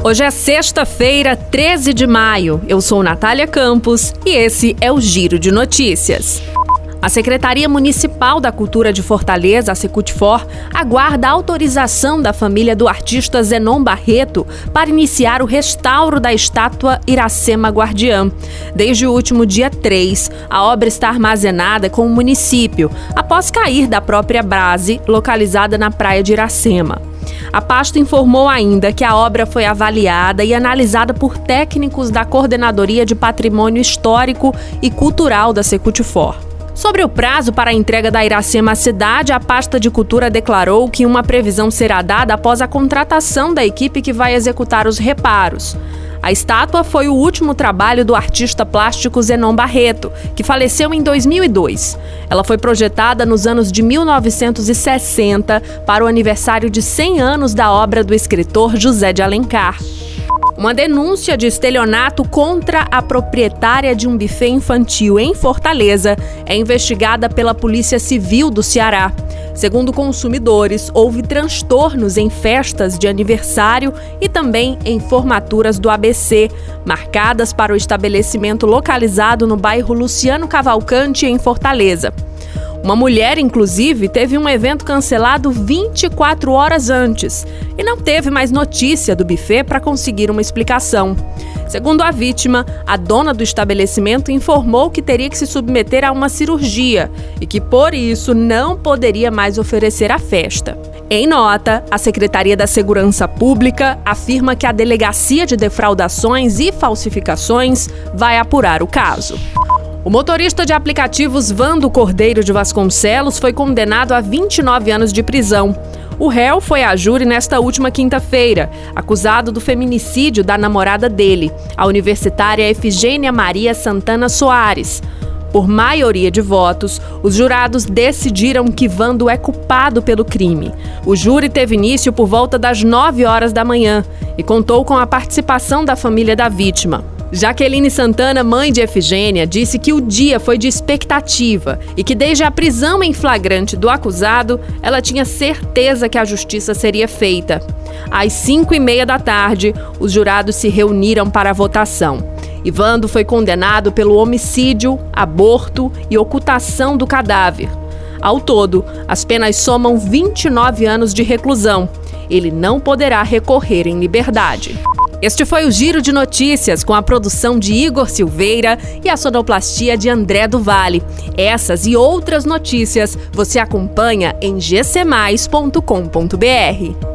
Hoje é sexta-feira, 13 de maio. Eu sou Natália Campos e esse é o Giro de Notícias. A Secretaria Municipal da Cultura de Fortaleza, a Secutfor, aguarda a autorização da família do artista Zenon Barreto para iniciar o restauro da estátua Iracema Guardiã. Desde o último dia 3, a obra está armazenada com o município, após cair da própria base, localizada na praia de Iracema. A pasta informou ainda que a obra foi avaliada e analisada por técnicos da Coordenadoria de Patrimônio Histórico e Cultural da Secutfor. Sobre o prazo para a entrega da Iracema à cidade, a pasta de cultura declarou que uma previsão será dada após a contratação da equipe que vai executar os reparos. A estátua foi o último trabalho do artista plástico Zenon Barreto, que faleceu em 2002. Ela foi projetada nos anos de 1960 para o aniversário de 100 anos da obra do escritor José de Alencar. Uma denúncia de estelionato contra a proprietária de um buffet infantil em Fortaleza é investigada pela Polícia Civil do Ceará. Segundo consumidores, houve transtornos em festas de aniversário e também em formaturas do ABC, marcadas para o estabelecimento localizado no bairro Luciano Cavalcante, em Fortaleza. Uma mulher, inclusive, teve um evento cancelado 24 horas antes e não teve mais notícia do buffet para conseguir uma explicação. Segundo a vítima, a dona do estabelecimento informou que teria que se submeter a uma cirurgia e que, por isso, não poderia mais oferecer a festa. Em nota, a Secretaria da Segurança Pública afirma que a Delegacia de Defraudações e Falsificações vai apurar o caso. O motorista de aplicativos Vando Cordeiro de Vasconcelos foi condenado a 29 anos de prisão. O réu foi a júri nesta última quinta-feira, acusado do feminicídio da namorada dele, a universitária Efigênia Maria Santana Soares. Por maioria de votos, os jurados decidiram que Vando é culpado pelo crime. O júri teve início por volta das 9 horas da manhã e contou com a participação da família da vítima. Jaqueline Santana, mãe de Efigênia, disse que o dia foi de expectativa e que desde a prisão em flagrante do acusado, ela tinha certeza que a justiça seria feita. Às 5h30 da tarde, os jurados se reuniram para a votação. Vando foi condenado pelo homicídio, aborto e ocultação do cadáver. Ao todo, as penas somam 29 anos de reclusão. Ele não poderá recorrer em liberdade. Este foi o Giro de Notícias, com a produção de Igor Silveira e a sonoplastia de André do Vale. Essas e outras notícias você acompanha em gcmais.com.br.